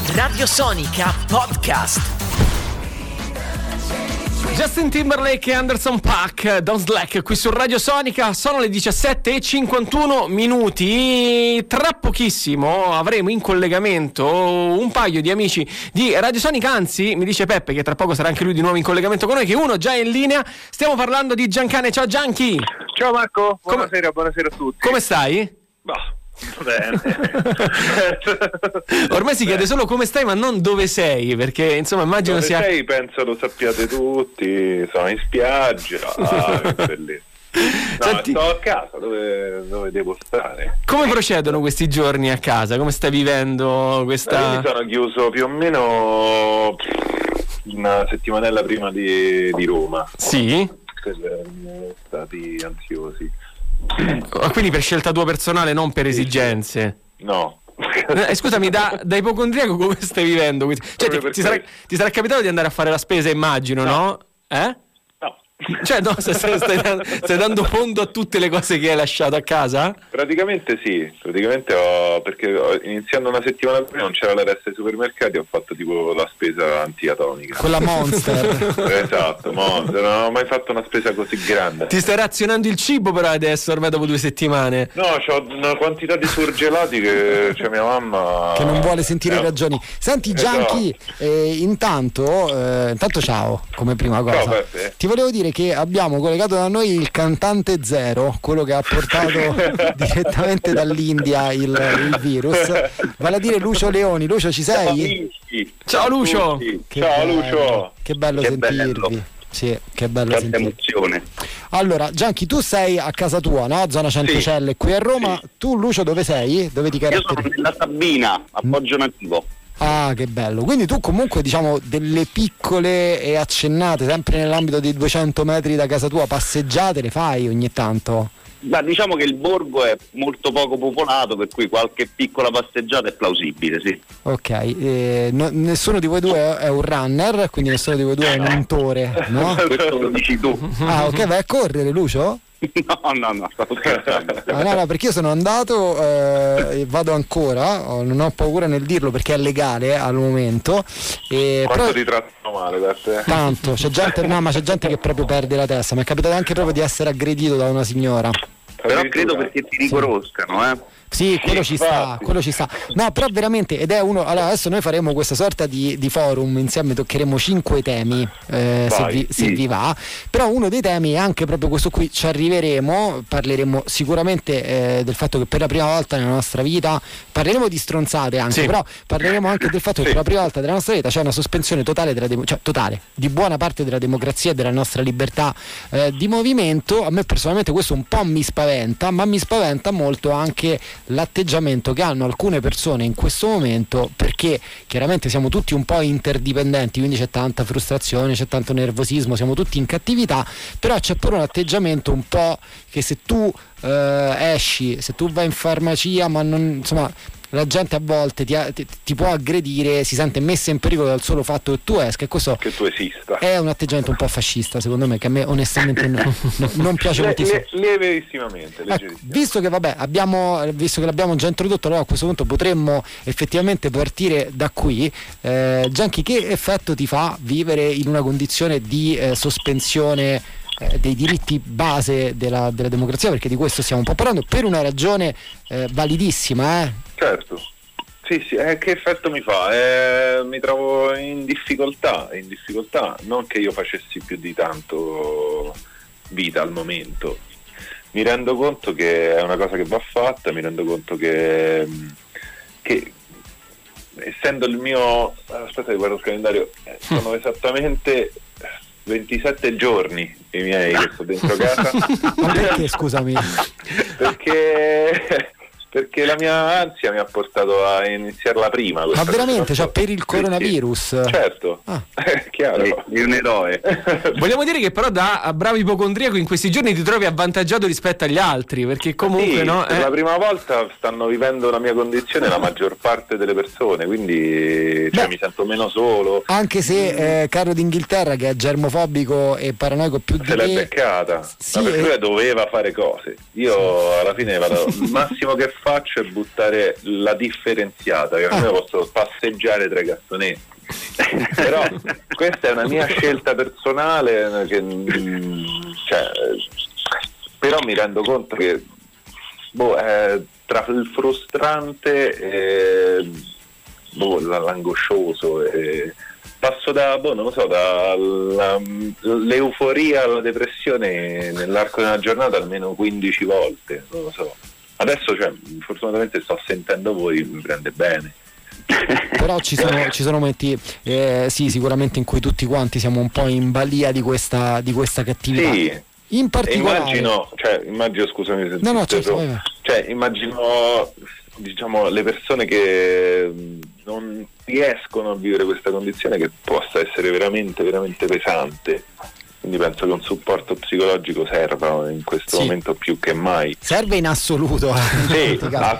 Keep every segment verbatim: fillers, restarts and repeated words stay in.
Radio Sonica Podcast. Justin Timberlake e Anderson .Paak, Don't Slack, qui su Radio Sonica. Sono le diciassette e cinquantuno minuti. Tra pochissimo avremo in collegamento un paio di amici di Radio Sonica. Anzi, mi dice Peppe che tra poco sarà anche lui di nuovo in collegamento con noi, che uno già è in linea. Stiamo parlando di Giancane. Ciao Gianchi. Ciao Marco, buonasera, come, buonasera a tutti. Come stai? Bah, bene. Ormai si chiede solo come stai, ma non dove sei, perché insomma immagino dove sia... sei, penso lo sappiate tutti, sono in spiaggia. Ah, che bellissimo. No, Senti, sto a casa, dove, dove devo stare. come procedono questi giorni a casa? Come stai vivendo questa... Eh, mi sono chiuso più o meno una settimanella prima di, di Roma. Sì? Siamo stati ansiosi. Quindi per scelta tua personale, non per esigenze? No. Eh, scusami, da, da ipocondriaco come stai vivendo? Cioè, ti, ti, sarà, ti sarà capitato di andare a fare la spesa, immagino, no? no? Eh? No. Cioè, no, stai, stai, stai, stai dando fondo a tutte le cose che hai lasciato a casa? Praticamente sì, praticamente ho, perché ho, iniziando una settimana prima non c'era la resta ai supermercati, ho fatto tipo la spesa antiatomica. Quella Monster. Esatto, Monster, non ho mai fatto una spesa così grande. Ti stai razionando il cibo però adesso, ormai dopo due settimane? No, c'ho una quantità di surgelati che c'è mia mamma... Che non vuole sentire eh. ragioni. Senti Gianchi, esatto. eh, intanto, eh, intanto ciao, come prima cosa. Ciao, Peppe. Ti volevo dire che abbiamo collegato da noi il cantante Zero, quello che ha portato direttamente dall'India il, il virus, vale a dire Lucio Leoni. Lucio, ci sei? Ciao, ciao Lucio. Che ciao bello, Lucio. che bello che sentirvi. Bello. Sì, che bello Tanta sentirvi. emozione. Allora, Gianchi, tu sei a casa tua, no? Zona Centocelle, sì. Qui a Roma. Sì. Tu, Lucio, dove sei? Dove ti caratterizzi? Io sono nella Sabina, appoggio nativo. Ah, che bello. Quindi tu comunque, diciamo, delle piccole e accennate, sempre nell'ambito dei duecento metri da casa tua, passeggiate le fai ogni tanto? Beh, diciamo che il borgo è molto poco popolato, per cui qualche piccola passeggiata è plausibile, sì. Ok, eh, no, nessuno di voi due è un runner, quindi nessuno di voi due è un untore, no? Questo lo dici tu. Ah, ok, vai a correre, Lucio? No, no, no, stavo scherzando. Ah, no, no, perché io sono andato e eh, vado ancora, non ho paura nel dirlo perché è legale al momento. E Quanto però, ti trattano male da te? Tanto, c'è gente, no, ma c'è gente che proprio perde la testa. Mi è capitato anche proprio di essere aggredito da una signora. Però credo perché ti riconoscano, eh. Sì, quello ci sta, quello ci sta. No, però veramente, ed è uno. Allora, adesso noi faremo questa sorta di, di forum insieme, toccheremo cinque temi, eh, se, vi, se vi va. Però uno dei temi è anche proprio questo qui, ci arriveremo, parleremo sicuramente eh, del fatto che per la prima volta nella nostra vita, parleremo di stronzate anche, sì. Però parleremo anche del fatto che sì. Per la prima volta della nostra vita c'è una sospensione totale della demo, cioè totale, di buona parte della democrazia e della nostra libertà eh, di movimento. A me personalmente questo un po' mi spaventa, ma mi spaventa molto anche l'atteggiamento che hanno alcune persone in questo momento, perché chiaramente siamo tutti un po' interdipendenti, quindi c'è tanta frustrazione, c'è tanto nervosismo, siamo tutti in cattività, però c'è pure un atteggiamento un po' che se tu eh, esci, se tu vai in farmacia, ma non, insomma, la gente a volte ti, ti, ti può aggredire, si sente messa in pericolo dal solo fatto che tu esca, e questo che tu esista. È un atteggiamento un po' fascista, secondo me, che a me onestamente no, no, non piace le, moltissimo. Le, lieveissimamente, ecco, visto che vabbè abbiamo visto che l'abbiamo già introdotto, allora a questo punto potremmo effettivamente partire da qui. eh, Gianchi, che effetto ti fa vivere in una condizione di eh, sospensione eh, dei diritti base della, della democrazia, perché di questo stiamo un po' parlando, per una ragione eh, validissima, eh? Certo, sì, sì, eh, che effetto mi fa? Eh, mi trovo in difficoltà, in difficoltà, non che io facessi più di tanto vita al momento. Mi rendo conto che è una cosa che va fatta, mi rendo conto che, che essendo il mio, aspetta che guardo il calendario, sono esattamente ventisette giorni i miei che sto dentro casa. Ma perché, scusami? Perché perché la mia ansia mi ha portato a iniziarla prima. Ma veramente? Cioè per il coronavirus? Certo, ah. È chiaro. È un eroe. Vogliamo dire che però da bravo ipocondriaco in questi giorni ti trovi avvantaggiato rispetto agli altri, perché comunque sì, no, per eh. la prima volta stanno vivendo la mia condizione la maggior parte delle persone, quindi cioè, mi sento meno solo. Anche se eh, Carlo d'Inghilterra, che è germofobico e paranoico più di se l'è beccata, sì, ma perché lui doveva fare cose. Io sì. alla fine vado, il massimo che faccio è buttare la differenziata, che almeno posso passeggiare tra i cassonetti. Però questa è una mia scelta personale che, cioè, però mi rendo conto che boh, è tra il frustrante e boh, l'angoscioso e passo da boh, non lo so, dall'euforia alla depressione nell'arco di una giornata almeno quindici volte, non lo so. Adesso, cioè, fortunatamente sto sentendo voi, mi prende bene. Però ci sono, ci sono momenti eh, sì, sicuramente in cui tutti quanti siamo un po' in balia di questa, di questa cattività. Sì. In particolare immagino, cioè, immagino, scusami se no, no, certo, cioè, immagino, diciamo, le persone che non riescono a vivere questa condizione, che possa essere veramente, veramente pesante. Quindi penso che un supporto psicologico serva in questo sì. momento più che mai. Serve in assoluto. Sì,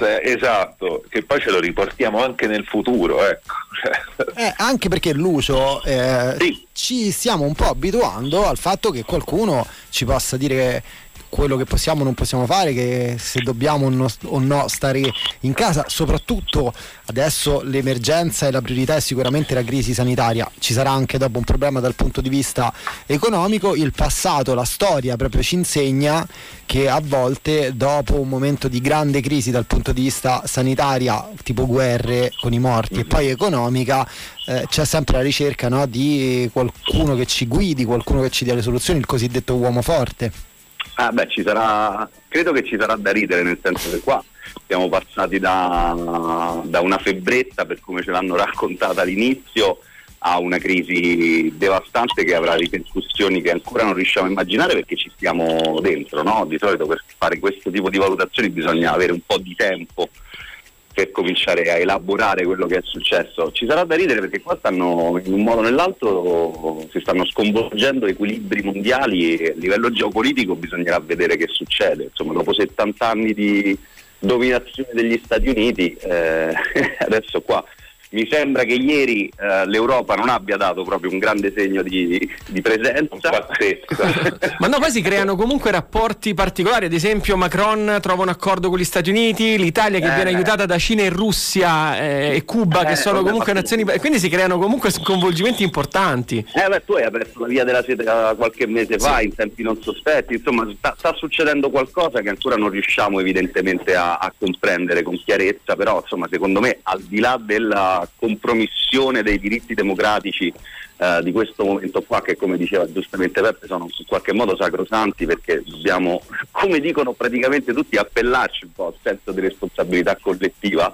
esatto, che poi ce lo riportiamo anche nel futuro, ecco. Eh, anche perché Lucio eh, sì. ci stiamo un po' abituando al fatto che qualcuno ci possa dire quello che possiamo o non possiamo fare, che se dobbiamo o no, o no stare in casa. Soprattutto adesso l'emergenza e la priorità è sicuramente la crisi sanitaria. Ci sarà anche dopo un problema dal punto di vista economico. Il passato, la storia proprio ci insegna che a volte dopo un momento di grande crisi dal punto di vista sanitaria, tipo guerre con i morti, mm-hmm. e poi economica, eh, c'è sempre la ricerca, no, di qualcuno che ci guidi, qualcuno che ci dia le soluzioni, il cosiddetto uomo forte. Ah beh, ci sarà, credo che ci sarà da ridere, nel senso che qua siamo passati da, da una febbretta, per come ce l'hanno raccontata all'inizio, a una crisi devastante che avrà ripercussioni che ancora non riusciamo a immaginare, perché ci stiamo dentro, no? Di solito per fare questo tipo di valutazioni bisogna avere un po' di tempo per cominciare a elaborare quello che è successo. Ci sarà da ridere perché qua stanno, in un modo o nell'altro, si stanno sconvolgendo equilibri mondiali e a livello geopolitico bisognerà vedere che succede. Insomma, dopo settanta anni di dominazione degli Stati Uniti, eh, adesso qua mi sembra che ieri eh, l'Europa non abbia dato proprio un grande segno di, di presenza. Ma no, poi si creano comunque rapporti particolari. Ad esempio Macron trova un accordo con gli Stati Uniti, l'Italia che eh, viene aiutata da Cina e Russia eh, e Cuba, eh, che sono comunque nazioni, quindi si creano comunque sconvolgimenti importanti. Eh beh, tu hai aperto la via della seta qualche mese fa, sì. in tempi non sospetti, insomma sta, sta succedendo qualcosa che ancora non riusciamo evidentemente a, a comprendere con chiarezza, però insomma secondo me, al di là della compromissione dei diritti democratici eh, di questo momento qua, che come diceva giustamente Peppe sono in qualche modo sacrosanti, perché dobbiamo, come dicono praticamente tutti, appellarci un po' al senso di responsabilità collettiva.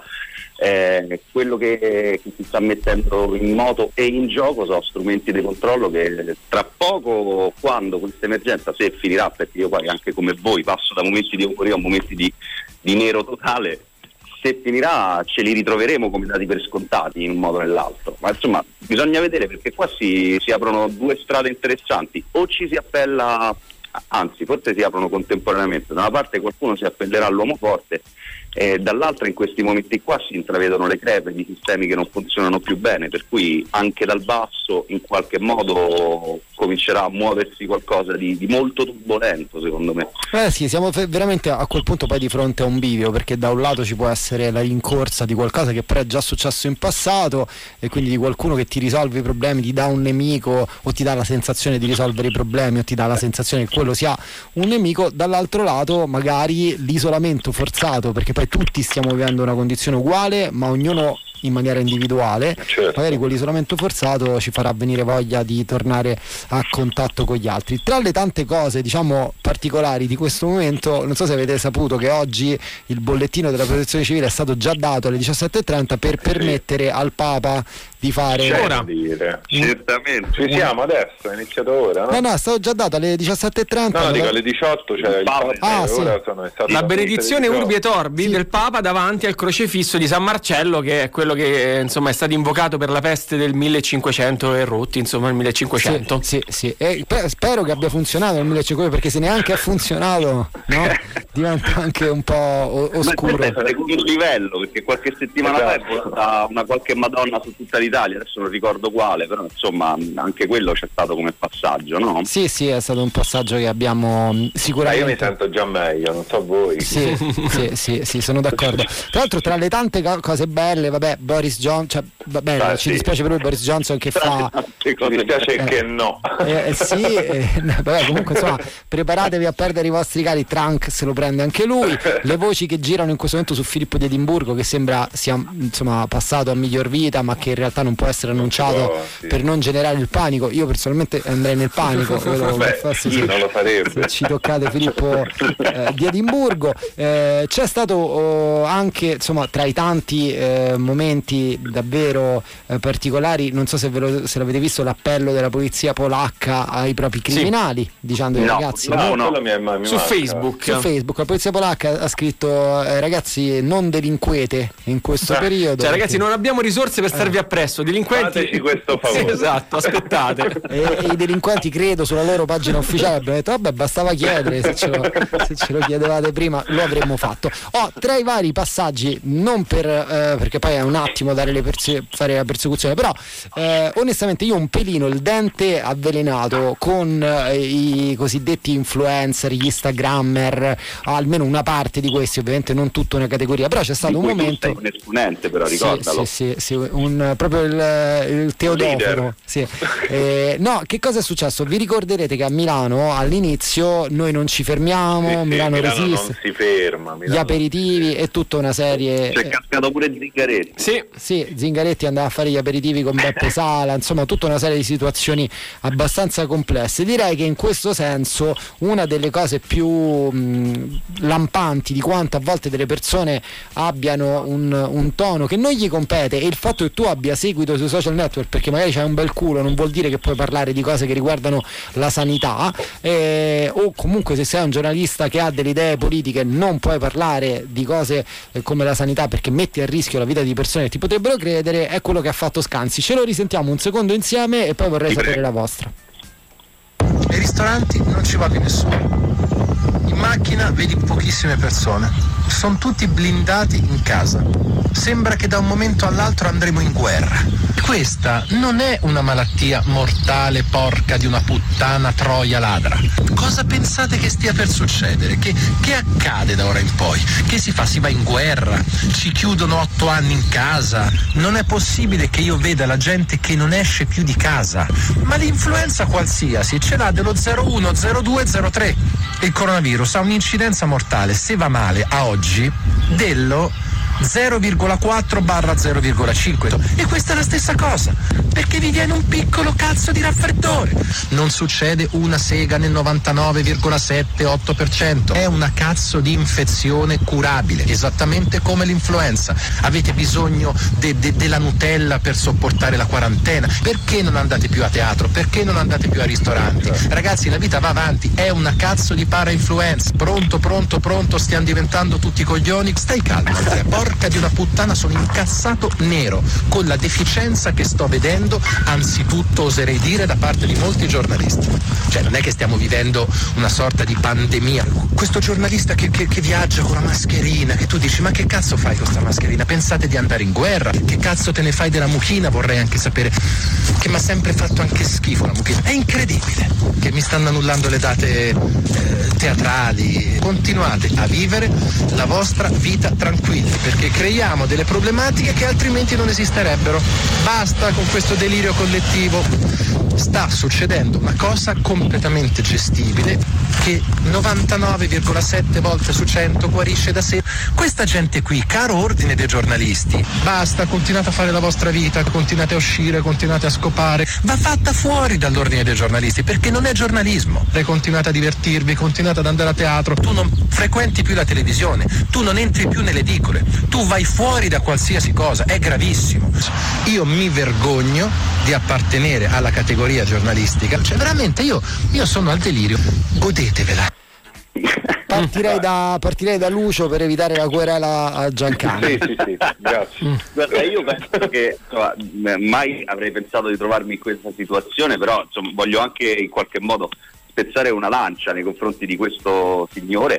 Eh, quello che, che si sta mettendo in moto e in gioco sono strumenti di controllo che tra poco, quando questa emergenza, se finirà, perché io poi anche come voi passo da momenti di euforia a momenti di, di nero totale, se finirà ce li ritroveremo come dati per scontati in un modo o nell'altro. Ma insomma bisogna vedere, perché qua si, si aprono due strade interessanti: o ci si appella, anzi forse si aprono contemporaneamente, da una parte qualcuno si appellerà all'uomo forte e dall'altra in questi momenti qua si intravedono le crepe di sistemi che non funzionano più bene, per cui anche dal basso in qualche modo comincerà a muoversi qualcosa di, di molto turbolento, secondo me. Eh sì, siamo fe- veramente a quel punto poi di fronte a un bivio, perché da un lato ci può essere la rincorsa di qualcosa che però è già successo in passato, e quindi di qualcuno che ti risolve i problemi, ti dà un nemico o ti dà la sensazione di risolvere i problemi o ti dà la sensazione che quello sia un nemico. Dall'altro lato magari l'isolamento forzato, perché poi tutti stiamo vivendo una condizione uguale ma ognuno in maniera individuale, certo. Magari quell'isolamento forzato ci farà venire voglia di tornare a contatto con gli altri. Tra le tante cose, diciamo, particolari di questo momento, non so se avete saputo che oggi il bollettino della protezione civile è stato già dato alle diciassette e trenta per permettere al Papa di fare ora. Certamente, ci siamo adesso, è iniziato ora, no? No, no, è stato già dato alle diciassette e trenta. No, no, dico alle diciotto, cioè il Papa, ah, sì. ora sono la benedizione Urbi et Orbi, sì, del Papa davanti al crocefisso di San Marcello, che è quello che insomma è stato invocato per la peste del millecinquecento e rotti, insomma il millecinquecento. Sì, sì, sì. E per, spero che abbia funzionato nel millecinquecento, perché se neanche ha funzionato, no? Diventa anche un po' o- oscuro. Ma è il secondo livello, perché qualche settimana esatto. fa è volata una qualche Madonna su tutta l'Italia Italia, adesso non ricordo quale, però insomma anche quello c'è stato come passaggio, no? Sì, sì, è stato un passaggio che abbiamo sicuramente. Ma io mi sento già meglio, non so voi. Sì, sì, sì, sì, sono d'accordo. Tra l'altro, tra le tante cose belle, vabbè, Boris Johnson, cioè, vabbè, ah, ci sì. dispiace per lui Boris Johnson che fa. Ci dispiace eh, che no. Eh, eh, sì, eh, vabbè, comunque insomma, preparatevi a perdere i vostri cari. Trump se lo prende anche lui. Le voci che girano in questo momento su Filippo di Edimburgo, che sembra sia insomma passato a miglior vita, ma che in realtà non può essere annunciato oh, sì. per non generare il panico. Io personalmente andrei nel panico. Beh, forse, chi se, non lo farebbe? Se ci toccate Filippo eh, di Edimburgo. Eh, c'è stato oh, anche insomma tra i tanti eh, momenti davvero eh, particolari, non so se, ve lo, se l'avete visto, l'appello della polizia polacca ai propri criminali, sì. dicendo ai no, ragazzi no, no, no. Mi è, mi su Facebook su Facebook la polizia polacca ha scritto eh, ragazzi non delinquete in questo ah, periodo, cioè ragazzi perché... non abbiamo risorse per starvi eh. appresso, delinquenti fateci questo favore. Sì, esatto, aspettate. e, e i delinquenti credo sulla loro pagina ufficiale abbiano detto vabbè bastava chiedere, se ce, lo, se ce lo chiedevate prima lo avremmo fatto. Oh, tra i vari passaggi, non per eh, perché poi è un attimo dare le perse- fare la persecuzione, però eh, onestamente io un pelino il dente avvelenato con eh, i cosiddetti influencer, gli instagrammer, almeno una parte di questi, ovviamente non tutta una categoria, però c'è stato un momento. Tu sei un esponente, però ricordalo. Sì, sì, sì, sì un, proprio il, il Teodoro. Sì. Eh, no, che cosa è successo? Vi ricorderete che a Milano all'inizio noi non ci fermiamo, sì, sì, Milano, Milano resiste, non si ferma, Milano gli aperitivi e tutta una serie. C'è cascato pure Zingaretti. Sì, sì, Zingaretti andava a fare gli aperitivi con Beppe Sala, insomma tutta una serie di situazioni abbastanza complesse. Direi che in questo senso una delle cose più mh, lampanti di quanto a volte delle persone abbiano un, un tono che non gli compete, e il fatto che tu abbia seguito sui social network perché magari c'hai un bel culo non vuol dire che puoi parlare di cose che riguardano la sanità, eh, o comunque se sei un giornalista che ha delle idee politiche non puoi parlare di cose eh, come la sanità perché metti a rischio la vita di persone che ti potrebbero credere. È quello che ha fatto Scanzi. Ce lo risentiamo un secondo insieme e poi vorrei Ti sapere prego. la vostra. Nei ristoranti non ci va più nessuno. In macchina vedi pochissime persone. Sono tutti blindati in casa. Sembra che da un momento all'altro andremo in guerra. Questa non è una malattia mortale porca di una puttana troia ladra. Cosa pensate che stia per succedere? Che, che accade da ora in poi? Che si fa? Si va in guerra? Ci chiudono otto anni in casa? Non è possibile che io veda la gente che non esce più di casa. Ma l'influenza qualsiasi ce l'ha dello zero uno, zero due, zero tre. Il coronavirus ha un'incidenza mortale, se va male a oggi, dello zero virgola quattro barra zero virgola cinque, e questa è la stessa cosa, perché vi viene un piccolo cazzo di raffreddore. Non succede una sega nel novantanove virgola sette otto per cento, è una cazzo di infezione curabile, esattamente come l'influenza. Avete bisogno de, de, della Nutella per sopportare la quarantena? Perché non andate più a teatro? Perché non andate più a ristoranti? Ragazzi, la vita va avanti, è una cazzo di para-influenza. Pronto, pronto, pronto, stiamo diventando tutti coglioni. Stai calmo, Andrea. Porca di una puttana, sono incazzato nero con la deficienza che sto vedendo, anzitutto oserei dire da parte di molti giornalisti. Cioè non è che stiamo vivendo una sorta di pandemia. Questo giornalista che, che, che viaggia con la mascherina, che tu dici ma che cazzo fai con questa mascherina? Pensate di andare in guerra? Che cazzo te ne fai della mucchina? Vorrei anche sapere, che mi ha sempre fatto anche schifo la mucchina. È incredibile che mi stanno annullando le date eh, teatrali. Continuate a vivere la vostra vita tranquilli, perché creiamo delle problematiche che altrimenti non esisterebbero. Basta con questo delirio collettivo. Sta succedendo una cosa completamente gestibile che novantanove virgola sette volte su cento guarisce da sé. Questa gente qui, caro ordine dei giornalisti, basta, continuate a fare la vostra vita, continuate a uscire, continuate a scopare, va fatta fuori dall'ordine dei giornalisti, perché non è giornalismo. E continuate a divertirvi, continuate ad andare a teatro, tu non frequenti più la televisione, tu non entri più nelle edicole, tu vai fuori da qualsiasi cosa, è gravissimo. Io mi vergogno di appartenere alla categoria giornalistica, cioè veramente io, io sono al delirio, godetevela. Partirei da, partirei da Lucio per evitare la querela a Giancarlo. Sì, sì, sì, grazie. Mm. Guarda, io penso che insomma, mai avrei pensato di trovarmi in questa situazione, però insomma, voglio anche in qualche modo spezzare una lancia nei confronti di questo signore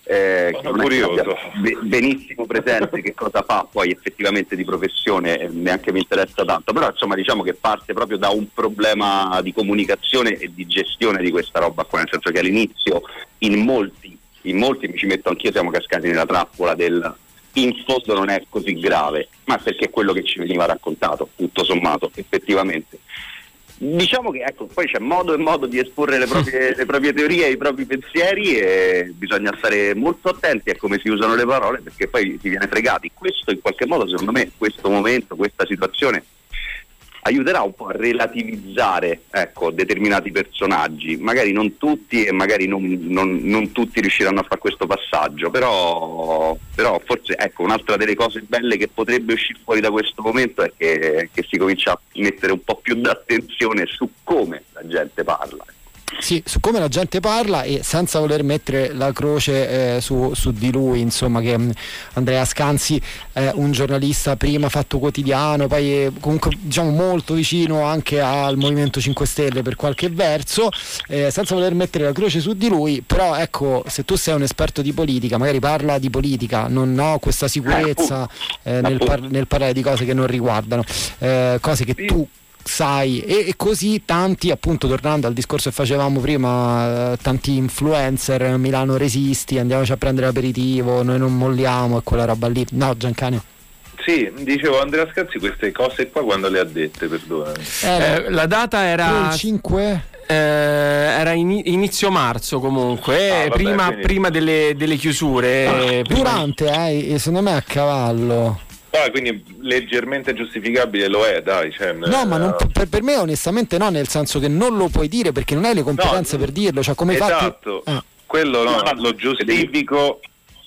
Eh, Sono curioso. Benissimo presente che cosa fa poi effettivamente di professione, eh, neanche mi interessa tanto, però insomma diciamo che parte proprio da un problema di comunicazione e di gestione di questa roba qua, nel senso che all'inizio in molti, in molti mi ci metto anch'io, siamo cascati nella trappola del in fondo non è così grave, ma perché è quello che ci veniva raccontato, tutto sommato, effettivamente. Diciamo che ecco, poi c'è modo e modo di esporre le proprie, le proprie teorie, i propri pensieri, e bisogna stare molto attenti a come si usano le parole, perché poi si viene fregati. Questo in qualche modo, secondo me, questo momento, questa situazione aiuterà un po' a relativizzare, ecco, determinati personaggi, magari non tutti e magari non, non, non tutti riusciranno a fare questo passaggio, però, però forse ecco, un'altra delle cose belle che potrebbe uscire fuori da questo momento è che, che si comincia a mettere un po' più d'attenzione su come la gente parla. Sì, su come la gente parla, e senza voler mettere la croce eh, su, su di lui, insomma, che mh, Andrea Scanzi è un giornalista prima Fatto Quotidiano, poi è comunque diciamo molto vicino anche al Movimento cinque Stelle per qualche verso, eh, senza voler mettere la croce su di lui, però ecco, se tu sei un esperto di politica, magari parla di politica, non ho questa sicurezza eh, nel, par- nel parlare di cose che non riguardano, eh, cose che tu sai, e, e così tanti, appunto, tornando al discorso che facevamo prima, eh, tanti influencer, Milano Resisti, andiamoci a prendere l'aperitivo, noi non molliamo, e quella roba lì. No, Giancane? Sì, dicevo, Andrea Scanzi queste cose qua quando le ha dette, perdonami? Eh, la data era il cinque eh, era in, inizio marzo comunque, ah, vabbè, prima, quindi... prima delle, delle chiusure, ah, eh, durante, eh, secondo me a cavallo. Ah, quindi leggermente giustificabile lo è, dai. Cioè, no, ma non, per, per me onestamente no, nel senso che non lo puoi dire perché non hai le competenze no, per dirlo. Cioè, come esatto, fatti... ah. quello no, lo giustifico,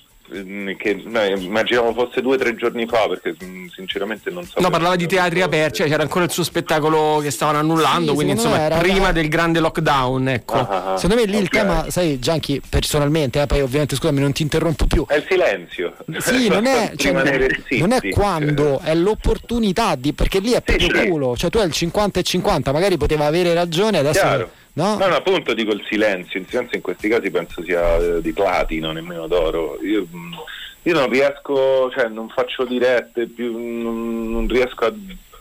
che no, immaginavo fosse due o tre giorni fa, perché sinceramente non so. No, parlava di teatri aperti, cioè c'era ancora il suo spettacolo che stavano annullando, sì, quindi insomma era, prima era... del grande lockdown, ecco. Ah, ah, secondo me lì okay. Il tema, sai, Gianchi, personalmente, eh, poi ovviamente scusami, non ti interrompo più. È il silenzio. Sì, non è, cioè, non, è, non è quando, è l'opportunità di, perché lì è proprio sì, culo, cioè tu hai il cinquanta e cinquanta, magari poteva avere ragione, adesso. Chiaro. No? no, no, appunto dico il silenzio, il silenzio in questi casi penso sia eh, di platino, nemmeno d'oro. Io, io non riesco, cioè non faccio dirette, più, non, non riesco a,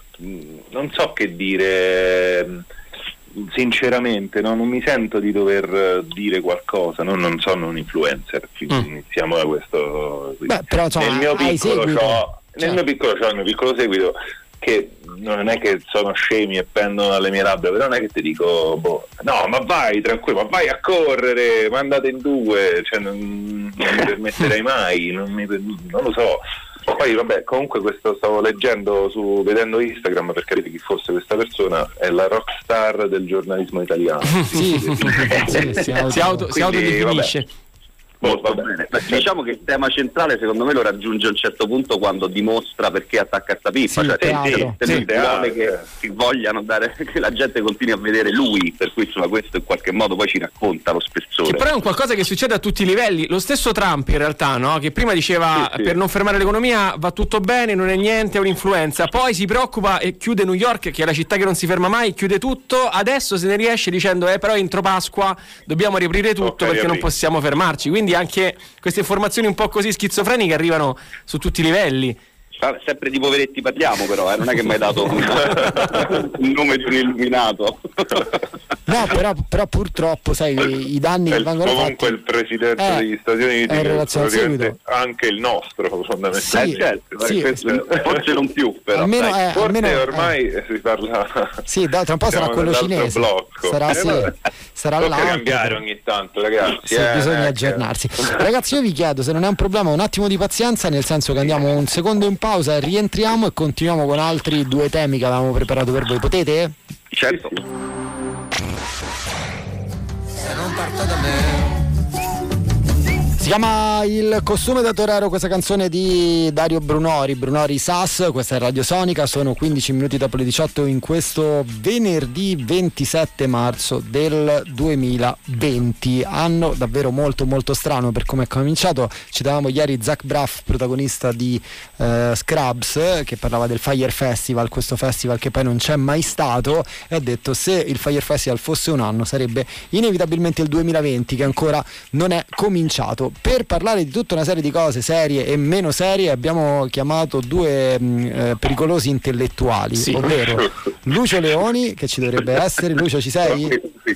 non so che dire, sinceramente, no? Non mi sento di dover dire qualcosa, no? Non sono un influencer, mm. iniziamo da questo. Beh, però, insomma, nel mio piccolo c'ho, cioè. nel mio piccolo c'ho il mio piccolo seguito, che non è che sono scemi e pendono dalle mie labbra, però non è che ti dico boh, no, ma vai tranquillo, ma vai a correre, ma andate in due, cioè non, non mi permetterei mai, non, mi, non lo so. Poi vabbè, comunque questo stavo leggendo, su vedendo Instagram per capire chi fosse questa persona, è la rockstar del giornalismo italiano. Sì, sì, sì, si auto, si autodefinisce. Oh, va bene. Diciamo che il tema centrale secondo me lo raggiunge a un certo punto quando dimostra perché attacca sta pippa, sì, cioè teatro, se sì, vuole che si vogliano dare, che la gente continui a vedere lui, per cui insomma questo in qualche modo poi ci racconta lo spessore. Che però è un qualcosa che succede a tutti i livelli. Lo stesso Trump in realtà, no? Che prima diceva sì, sì. per non fermare l'economia va tutto bene, non è niente, è un'influenza, poi si preoccupa e chiude New York, che è la città che non si ferma mai, chiude tutto, adesso se ne riesce dicendo eh però entro Pasqua dobbiamo riaprire tutto okay, perché riapri. non possiamo fermarci, quindi anche queste informazioni un po' così schizofreniche arrivano su tutti i livelli. Sempre di poveretti parliamo, però eh? non è che mi hai dato un, un nome di un illuminato. No, però, però purtroppo sai i, i danni che vengono comunque fatti, il presidente eh, degli Stati Uniti è in relazione al seguito, anche il nostro fondamentalmente sì, eh, certo, sì, questo, forse non più però almeno, eh, forse almeno, ormai eh. si parla sì, da, tra un po' sarà quello cinese blocco. sarà, eh, sì, sarà tocca l'altro cambiare ogni tanto, ragazzi, sì, eh, bisogna eh, aggiornarsi eh. Ragazzi, io vi chiedo, se non è un problema, un attimo di pazienza, nel senso che andiamo un secondo in pausa, rientriamo e continuiamo con altri due temi che avevamo preparato per voi. Potete? Certo. Se non parto da me. Si chiama Il costume da torero, questa canzone di Dario Brunori, Brunori Sass, questa è Radio Sonica, sono quindici minuti dopo le diciotto in questo venerdì ventisette marzo del duemilaventi, anno davvero molto molto strano per come è cominciato. Citavamo ieri Zach Braff, protagonista di uh, Scrubs, che parlava del Fire Festival, questo festival che poi non c'è mai stato, e ha detto se il Fire Festival fosse un anno sarebbe inevitabilmente il duemilaventi, che ancora non è cominciato. per parlare di tutta una serie di cose serie e meno serie abbiamo chiamato due mh, eh, pericolosi intellettuali, sì. ovvero Lucio Leoni, che ci dovrebbe essere. Lucio, ci sei?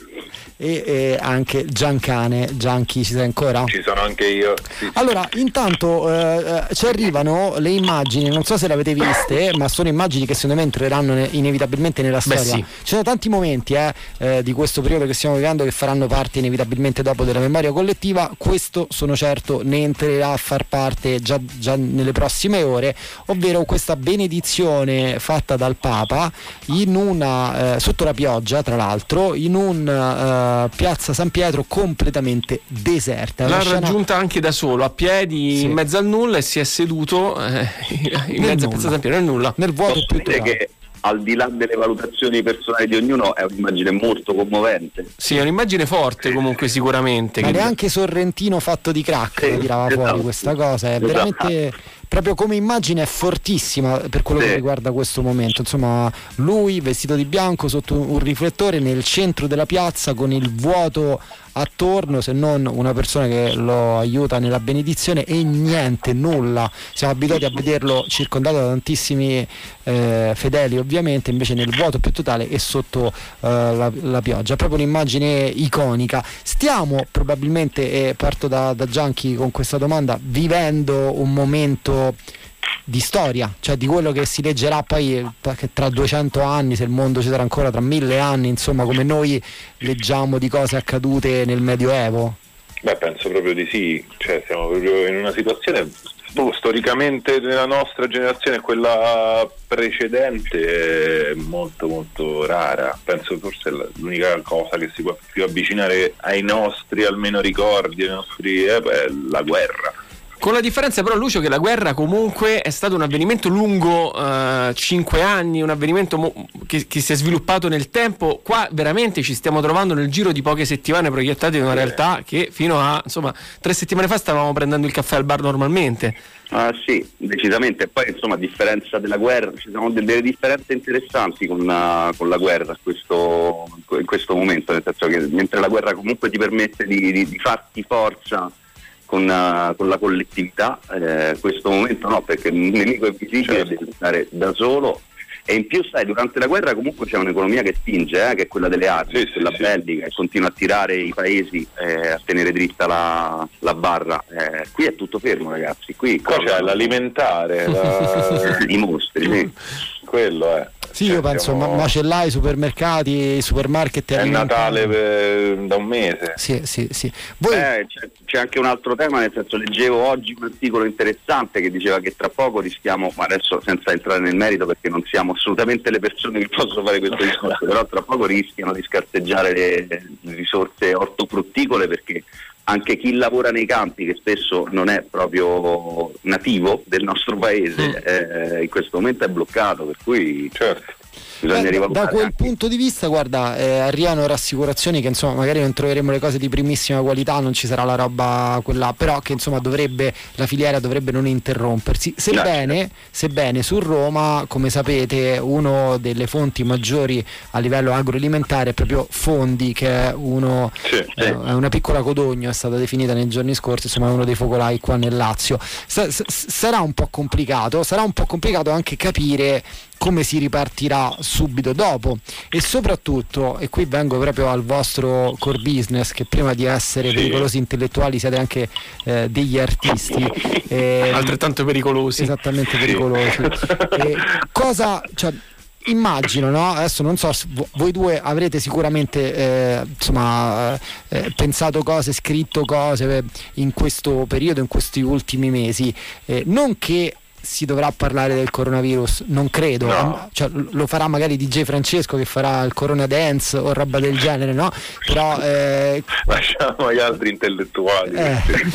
E, e anche Giancane. Gianchi, ci sei ancora? Ci sono anche io, sì. Allora, intanto eh, ci arrivano le immagini, non so se le avete viste, ma sono immagini che secondo me entreranno ne- inevitabilmente nella storia. Beh, sì. Ci sono tanti momenti eh, eh, di questo periodo che stiamo vivendo che faranno parte inevitabilmente dopo della memoria collettiva. Questo sono certo ne entrerà a far parte già, già nelle prossime ore, ovvero questa benedizione fatta dal Papa in una eh, sotto la pioggia, tra l'altro, in un eh, Piazza San Pietro completamente deserta. L'ha scena... raggiunta anche da solo, a piedi, sì. in mezzo al nulla, e si è seduto eh, in mezzo a Piazza San Pietro, nel nulla, nel vuoto più totale. Che al di là delle valutazioni personali di ognuno è un'immagine molto commovente. Sì, è un'immagine forte comunque, sicuramente. Ma che... neanche Sorrentino fatto di crack sì, tirava esatto. fuori questa cosa, è esatto. veramente... proprio come immagine è fortissima per quello sì. che riguarda questo momento. Insomma, lui vestito di bianco sotto un riflettore nel centro della piazza con il vuoto attorno, se non una persona che lo aiuta nella benedizione, e niente, nulla. Siamo abituati a vederlo circondato da tantissimi eh, fedeli, ovviamente, invece nel vuoto più totale e sotto eh, la, la pioggia. È proprio un'immagine iconica. Stiamo probabilmente, e parto da, da Gianchi con questa domanda, vivendo un momento di storia, cioè di quello che si leggerà poi tra duecento anni, se il mondo ci sarà ancora, tra mille anni, insomma, come noi leggiamo di cose accadute nel Medioevo? Beh, penso proprio di sì, cioè siamo proprio in una situazione storicamente nella nostra generazione e quella precedente è molto molto rara. Penso forse l'unica cosa che si può più avvicinare ai nostri almeno ricordi, ai nostri eh, beh, la guerra. Con la differenza però, Lucio, che la guerra comunque è stato un avvenimento lungo uh, cinque anni, un avvenimento mo- che, che si è sviluppato nel tempo. Qua veramente ci stiamo trovando nel giro di poche settimane proiettate in una realtà che fino a insomma tre settimane fa stavamo prendendo il caffè al bar normalmente. Ah sì, decisamente. Poi insomma, a differenza della guerra, ci sono delle differenze interessanti con la, con la guerra questo, in questo momento, nel senso che mentre la guerra comunque ti permette di, di, di farti forza Con, uh, con la collettività, eh, questo momento no, perché il nemico è visibile, certo. devi stare da solo, e in più sai, durante la guerra comunque c'è un'economia che spinge, eh, che è quella delle armi, sì, quella sì, bellica, sì. e continua a tirare i paesi eh, a tenere dritta la, la barra. Eh, qui è tutto fermo, ragazzi. Qui qua c'è l'alimentare, la... i mostri, sì. Quello è. Sì, io penso siamo... macellai, supermercati, supermarket. È Natale per, da un mese. Sì, sì, sì. Voi... Eh, c'è, c'è anche un altro tema, nel senso, leggevo oggi un articolo interessante che diceva che tra poco rischiamo, ma adesso senza entrare nel merito perché non siamo assolutamente le persone che possono fare questo discorso, però tra poco rischiano di scarseggiare le, le risorse ortofrutticole, perché anche chi lavora nei campi, che spesso non è proprio nativo del nostro paese, mm. eh, in questo momento è bloccato, per cui certo. bisogna Beh, da quel anche. punto di vista, guarda, eh, arrivano rassicurazioni che insomma magari non troveremo le cose di primissima qualità, non ci sarà la roba quella, però che insomma dovrebbe, la filiera dovrebbe non interrompersi, sebbene, no, sebbene su Roma, come sapete, uno delle fonti maggiori a livello agroalimentare è proprio Fondi, che è uno sì, eh, sì. è una piccola codogno, è stata definita nei giorni scorsi, insomma è uno dei focolai qua nel Lazio. S- s- sarà un po' complicato, sarà un po' complicato anche capire come si ripartirà subito dopo, e soprattutto, e qui vengo proprio al vostro core business, che prima di essere sì. pericolosi intellettuali siete anche eh, degli artisti eh, altrettanto pericolosi, esattamente pericolosi. E cosa, cioè, immagino, no? Adesso non so, voi due avrete sicuramente eh, insomma eh, pensato cose, scritto cose in questo periodo, in questi ultimi mesi, eh, non che si dovrà parlare del coronavirus, non credo, no. Cioè, lo farà magari D J Francesco che farà il Corona Dance o roba del genere, no? Però eh, lasciamo agli altri intellettuali eh,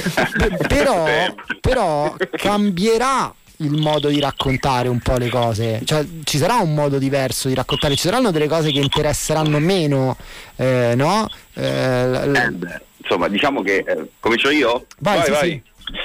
però, però cambierà il modo di raccontare un po' le cose, cioè ci sarà un modo diverso di raccontare, ci saranno delle cose che interesseranno meno, eh, no? Eh, l- eh, beh, insomma, diciamo che eh, comincio io? Vai, vai, sì, vai. sì.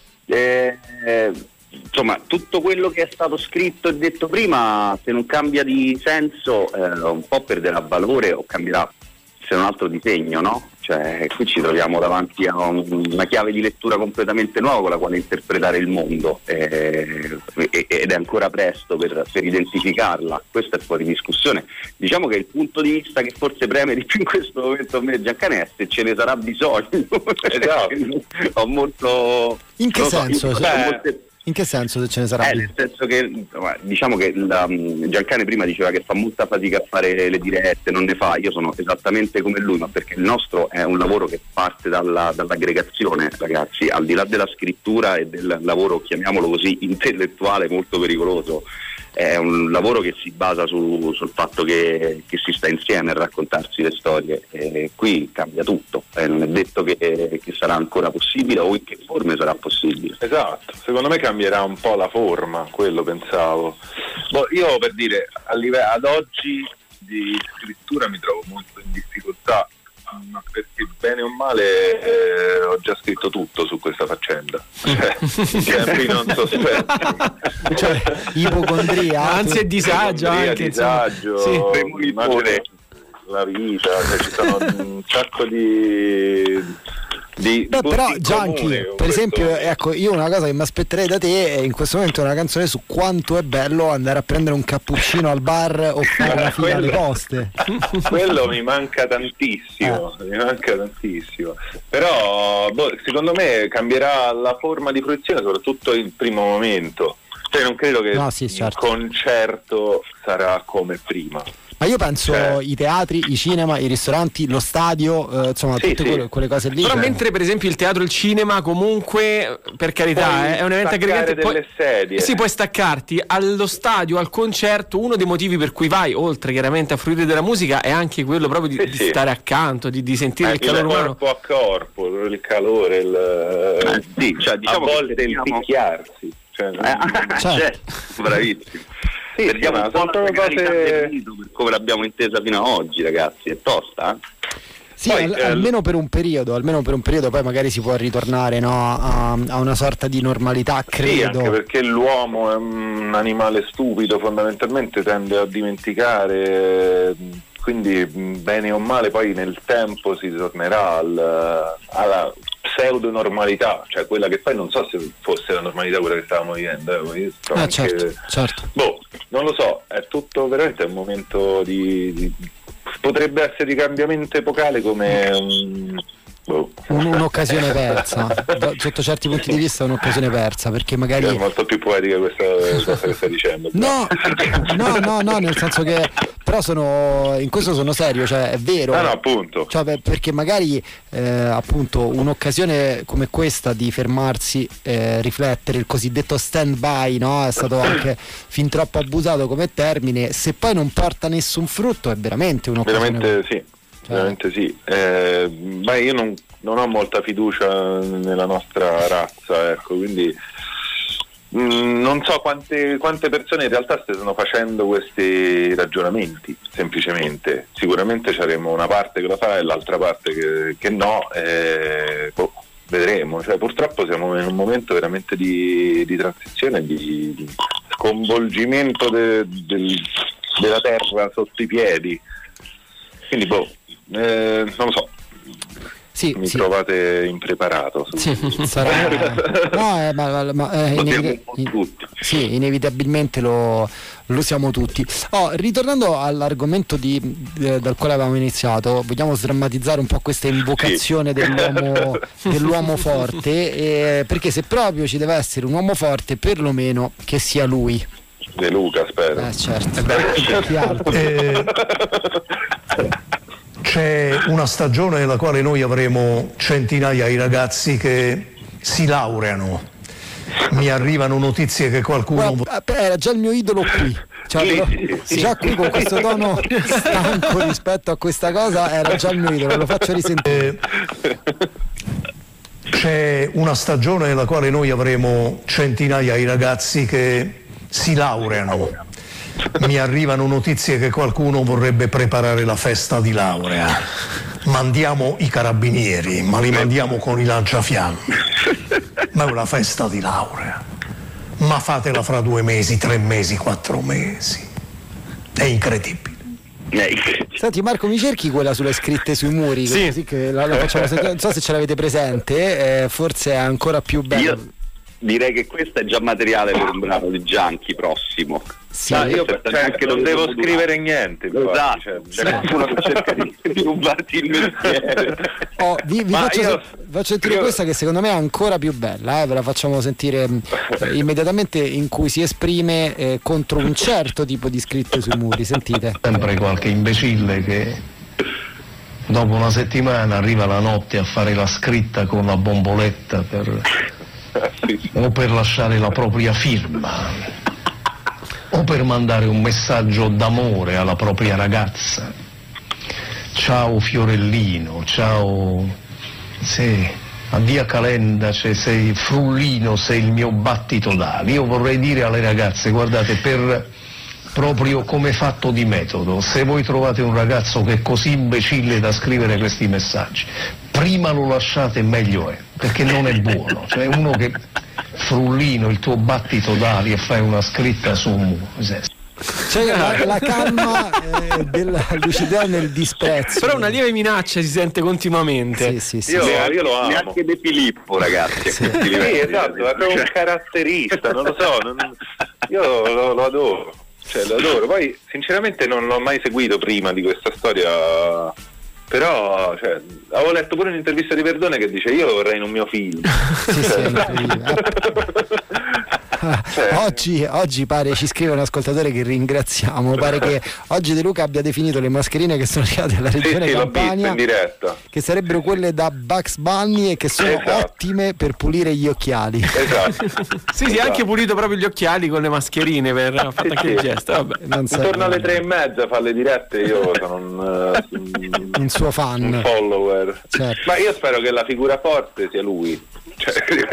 Eh, eh, insomma, tutto quello che è stato scritto e detto prima, se non cambia di senso, eh, un po' perderà valore o cambierà se non altro di segno, no? Cioè, qui ci troviamo davanti a un, una chiave di lettura completamente nuova con la quale interpretare il mondo, eh, ed è ancora presto per, per identificarla. Questo è fuori discussione. Diciamo che il punto di vista che forse preme di più in questo momento a me, Giancanè, è se ce ne sarà bisogno. Esatto. Ho molto... In che senso? So, cioè, molte... In che senso se ce ne sarà? Eh, nel senso che diciamo che la, Giancane prima diceva che fa molta fatica a fare le dirette, non ne fa, io sono esattamente come lui, ma perché il nostro è un lavoro che parte dalla, dall'aggregazione, ragazzi, al di là della scrittura e del lavoro, chiamiamolo così, intellettuale molto pericoloso. È un lavoro che si basa su, sul fatto che, che si sta insieme a raccontarsi le storie, e qui cambia tutto, eh, non è detto che, che sarà ancora possibile o in che forme sarà possibile. Esatto, secondo me cambierà un po' la forma, quello pensavo. Boh, io per dire, a livello, ad oggi di scrittura mi trovo molto in difficoltà, ma perché bene o male eh, ho già scritto tutto su questa faccenda, cioè, tempi non sospetti, cioè ipocondria, anzi è disagio, ipocondria, anche disagio, sì. immagine la vita, cioè, ci sono un sacco di Di, Beh, di però Gianchi, per questo... esempio, ecco, io una cosa che mi aspetterei da te è in questo momento una canzone su quanto è bello andare a prendere un cappuccino al bar o fare una fila alle poste. Quello mi manca tantissimo, eh. mi manca tantissimo. Però boh, secondo me cambierà la forma di fruizione, soprattutto il primo momento. Cioè non credo che no, sì, certo. il concerto sarà come prima. Ma io penso cioè... i teatri, i cinema, i ristoranti, lo stadio, eh, insomma sì, tutte sì. Quelle, quelle cose lì. Però cioè... mentre per esempio il teatro, il cinema comunque, per carità, eh, è un evento aggregante, delle poi, sedie. sì, puoi staccarti. Allo stadio, al concerto, uno dei motivi per cui vai, oltre chiaramente a fruire della musica, è anche quello proprio di, sì, di sì. stare accanto, di, di sentire eh, il calore umano. corpo a corpo, il calore, il eh, sì, cioè, diciamo a volte che il diciamo... picchiarsi. Cioè, eh, certo. Bravissimo. Sì, perdiamo sì, un po' la cose... del rito per come l'abbiamo intesa fino ad oggi, ragazzi, è tosta, eh? Sì, poi, al, eh, almeno per un periodo, almeno per un periodo, poi magari si può ritornare, no, a, a una sorta di normalità, credo. Sì, anche perché l'uomo è un animale stupido, fondamentalmente tende a dimenticare, quindi bene o male poi nel tempo si tornerà al, alla pseudo normalità, cioè quella che poi non so se fosse la normalità quella che stavamo vivendo, eh, ah, anche... certo, certo. Boh, non lo so, è tutto veramente un momento di, di... potrebbe essere di cambiamento epocale come um... boh. Un, un'occasione persa, da, sotto certi punti di vista è un'occasione persa, perché magari è molto più poetica questa cosa che stai dicendo. No, no, no, no, nel senso che però sono in questo sono serio, cioè è vero. Ah, no, appunto. Cioè, perché magari eh, appunto un'occasione come questa di fermarsi, eh, riflettere, il cosiddetto stand by, no? È stato anche fin troppo abusato come termine, se poi non porta nessun frutto è veramente un'occasione. Veramente sì. Cioè. Veramente sì, eh, ma io non, non ho molta fiducia nella nostra razza, ecco, quindi mh, non so quante, quante persone in realtà stanno facendo questi ragionamenti, semplicemente. Sicuramente c'avremo una parte che lo fa e l'altra parte che, che no, eh, boh, vedremo. Cioè, purtroppo siamo in un momento veramente di, di transizione, di, di sconvolgimento de, del, della terra sotto i piedi, quindi boh. Eh, non lo so, sì, mi sì. trovate impreparato su... sì, sarà... no, eh, ma, ma, ma eh, inevit... sì, inevitabilmente lo, lo siamo tutti. Oh, ritornando all'argomento di, eh, dal quale avevamo iniziato, vogliamo sdrammatizzare un po' questa invocazione sì. dell'uomo, dell'uomo forte, eh, perché se proprio ci deve essere un uomo forte, perlomeno che sia lui. De Luca, spero. Eh certo. eh, C'è una stagione nella quale noi avremo centinaia di ragazzi che si laureano. Mi arrivano notizie che qualcuno... Well, era già il mio idolo qui. Cioè, però, già qui con questo tono stanco rispetto a questa cosa era già il mio idolo, lo faccio risentire. C'è una stagione nella quale noi avremo centinaia di ragazzi che si laureano. Mi arrivano notizie che qualcuno vorrebbe preparare la festa di laurea. Mandiamo i carabinieri, ma li mandiamo con i lanciafiamme. Ma è una festa di laurea. Ma fatela fra due mesi, tre mesi, quattro mesi. È incredibile. Senti Marco, mi cerchi quella sulle scritte sui muri? Sì. Così che la, la facciamo sentire. Non so se ce l'avete presente, eh, forse è ancora più bello. Io direi che questo è già materiale per un brano di Gianchi prossimo. Sì, Ma io cioè, cioè, anche non devo modulare. scrivere niente, Esatto, cioè, c'è qualcuno che cerca di, di rubarti il mestiere. Oh, vi, vi Ma faccio, io- se- faccio sentire io- questa che secondo me è ancora più bella, eh, ve la facciamo sentire eh, immediatamente, in cui si esprime eh, contro un certo tipo di scritte sui muri. Sentite. Sempre qualche imbecille che dopo una settimana arriva la notte a fare la scritta con la bomboletta per, o per lasciare la propria firma o per mandare un messaggio d'amore alla propria ragazza. Ciao Fiorellino, ciao, sì, a via Calenda c'è, sei frullino, sei il mio battito d'ali. Io vorrei dire alle ragazze, guardate, per proprio come fatto di metodo, se voi trovate un ragazzo che è così imbecille da scrivere questi messaggi, prima lo lasciate meglio è, perché non è buono. Cioè uno che frullino, il tuo battito d'ali, e fai una scritta su un muro. C'è la, la calma eh, della lucidità nel disprezzo. Però una lieve minaccia si sente continuamente. Sì, sì, sì. Io, sì. io lo amo. Neanche De Filippo, ragazzi. Sì. Sì, Sì, esatto, è proprio un caratterista, non lo so, non- io lo, lo adoro, cioè lo adoro. Poi sinceramente non l'ho mai seguito prima di questa storia, però cioè, avevo letto pure un'intervista di Verdone che dice io lo vorrei in un mio film. Sì, sì, è incredibile. Cioè- Oggi, oggi pare, ci scrive un ascoltatore che ringraziamo, pare che oggi De Luca abbia definito le mascherine che sono arrivate alla Sì, regione sì, l'ho visto Campania in diretta. che sarebbero quelle da Bugs Bunny e che sono Esatto. ottime per pulire gli occhiali. Esatto. Sì, sì, ha anche pulito proprio gli occhiali con le mascherine per ha fatto anche il sì. gesto. Vabbè. Non serve. Intorno alle tre e mezza fa le dirette, io sono un, eh, Un suo fan. un follower. Certo. Ma io spero che la figura forte sia lui. Cioè,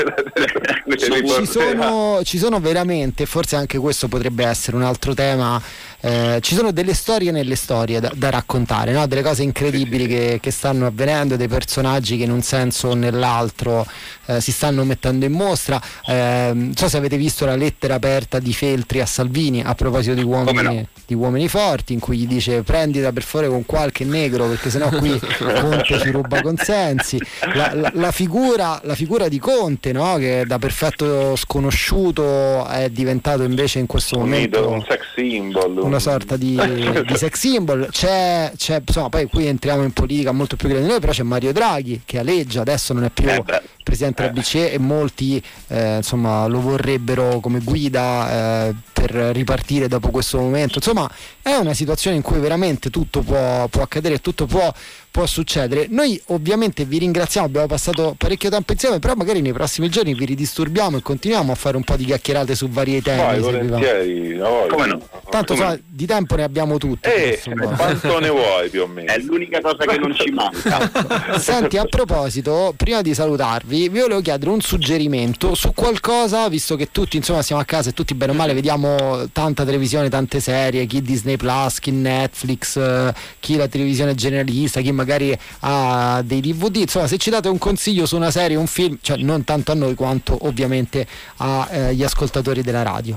Ci sono, ci sono veramente, forse anche questo potrebbe essere un altro tema, eh, ci sono delle storie nelle storie da, da raccontare, no? Delle cose incredibili che, che stanno avvenendo, dei personaggi che in un senso o nell'altro eh, si stanno mettendo in mostra. Eh, non so se avete visto la lettera aperta di Feltri a Salvini a proposito di uomini, no? di uomini forti, in cui gli dice prendila per favore con qualche negro perché sennò qui Conte ci ruba consensi. La, la, la figura, la figura di Conte, no? Che da perfetto sconosciuto è diventato invece in questo un, momento idolo, un sex symbol, una sorta di, di sex symbol. C'è, c'è, insomma, poi qui entriamo in politica molto più grande di noi, però c'è Mario Draghi che aleggia, adesso non è più Eh beh. presidente della B C E e molti eh, insomma lo vorrebbero come guida eh, per ripartire dopo questo momento. Insomma è una situazione in cui veramente tutto può, può accadere, tutto può, può succedere. Noi ovviamente vi ringraziamo, abbiamo passato parecchio tempo insieme, però magari nei prossimi giorni vi ridisturbiamo e continuiamo a fare un po' di chiacchierate su vari temi. Vai, se vi va. volentieri, no, voglio. Come no? Tanto Come insomma, di tempo ne abbiamo tutti. Eh, insomma. quanto ne vuoi più o meno? È l'unica cosa che non ci manca. Senti, a proposito, prima di salutarvi, vi volevo chiedere un suggerimento su qualcosa, visto che tutti insomma siamo a casa e tutti bene o male vediamo tanta televisione, tante serie, chi Disney Plus, chi Netflix, eh, chi la televisione generalista, chi magari ha dei D V D, insomma se ci date un consiglio su una serie, un film, cioè non tanto a noi quanto ovviamente agli eh, ascoltatori della radio.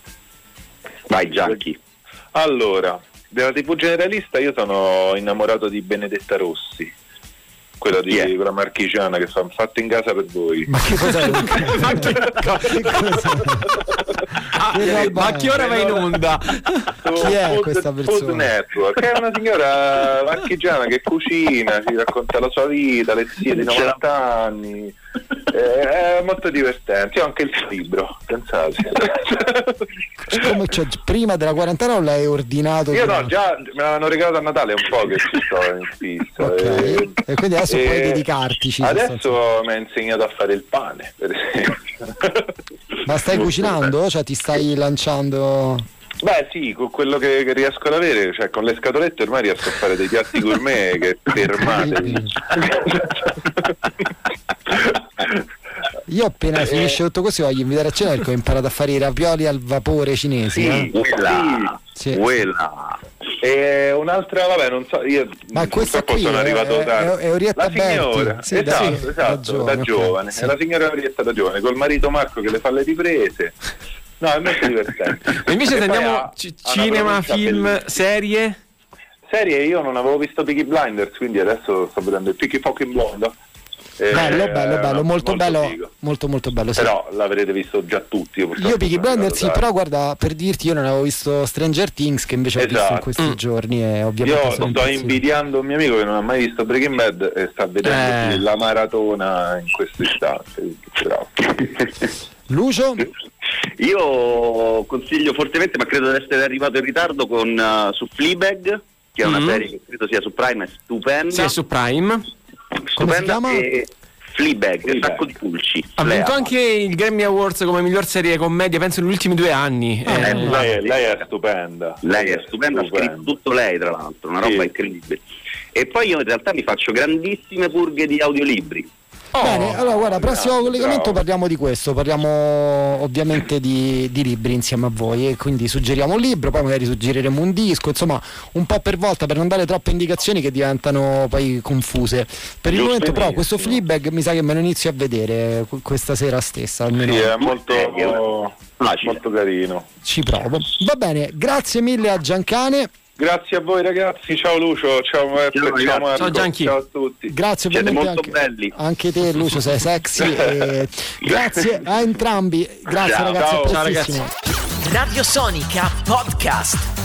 Vai Gianchi. Allora, della tivù generalista io sono innamorato di Benedetta Rossi, quella di Chi è? quella marchigiana che fa fatto in casa per voi. Ma che cos'è? Ma che, Che cos'è? Ah, Che roba ma è? a che ora va in onda? Su Chi è Food- questa persona? Food Network, è una signora marchigiana che cucina, ci racconta la sua vita, le zie di novanta anni. Eh, è molto divertente. Io ho anche il suo libro, pensate. Come, cioè, prima della quarantena o l'hai ordinato? Io prima? no, già me l'hanno regalato a Natale, è un po' che ci sto in fissa. Ok. E, E quindi adesso e puoi dedicartici. Adesso mi ha insegnato a fare il pane, per esempio. Ma stai cucinando? Cioè ti stai lanciando? Beh sì, con quello che, che riesco ad avere, cioè con le scatolette ormai riesco a fare dei piatti gourmet che fermate. Io appena Eh. finisce tutto questo voglio invitare a cena perché ho imparato a fare i ravioli al vapore cinesi. Sì, eh. Quella. Sì. Quella. E un'altra, vabbè, non so, io Ma questa purtroppo qui sono è- arrivato è- tardi. è Orietta La signora, Berti. Sì, da- esatto, sì, da esatto, giovane, da ok, giovane, sì. è la signora Orietta da giovane, col marito Marco che le fa le riprese. No, è molto divertente. E invece E poi andiamo ha- c- ha una cinema, pronuncia film, bellissima. serie? serie io non avevo visto Peaky Blinders, quindi adesso sto vedendo il Peaky fucking Blonde. Eh, bello, bello, bello, molto, molto bello, figo. molto molto bello. Sì. Però l'avrete visto già tutti. Io, io Peaky Blinders sì, però guarda, per dirti, io non avevo visto Stranger Things, che invece esatto. ho visto in questi mm. giorni e ovviamente io sto invidiando un mio amico che non ha mai visto Breaking Bad e sta vedendo eh. la maratona in questo istante. Lucio? Io consiglio fortemente, ma credo di essere arrivato in ritardo con uh, su Fleabag, che è una mm. serie che credo sia su Prime, è stupenda. Sì, è su Prime. Stupenda. E Fleabag, un sacco di pulci. Ha vinto anche il Grammy Awards come miglior serie commedia, penso negli ultimi due anni. Ah, eh, lei, lei è stupenda. Lei è stupenda, ha scritto tutto lei, tra l'altro, una roba sì. incredibile. E poi io in realtà mi faccio grandissime purghe di audiolibri. Oh, Bene, allora guarda, prossimo bravo, collegamento bravo. parliamo di questo, parliamo ovviamente di, di libri insieme a voi, e quindi suggeriamo un libro, poi magari suggeriremo un disco, insomma un po' per volta, per non dare troppe indicazioni che diventano poi confuse. Per il momento però questo Fleabag mi sa che me lo inizio a vedere questa sera stessa, almeno. Sì, è molto, molto carino. Ci provo. Va bene, grazie mille a Giancane. Grazie a voi ragazzi, ciao Lucio, ciao Marco, ciao, ciao, Marco, ciao Gianchi. Ciao a tutti. Grazie Siete molto anche, belli. Anche te Lucio sei sexy e grazie a entrambi. Grazie ciao, ragazzi, ciao, ciao ragazzi. Radio Sonica Podcast.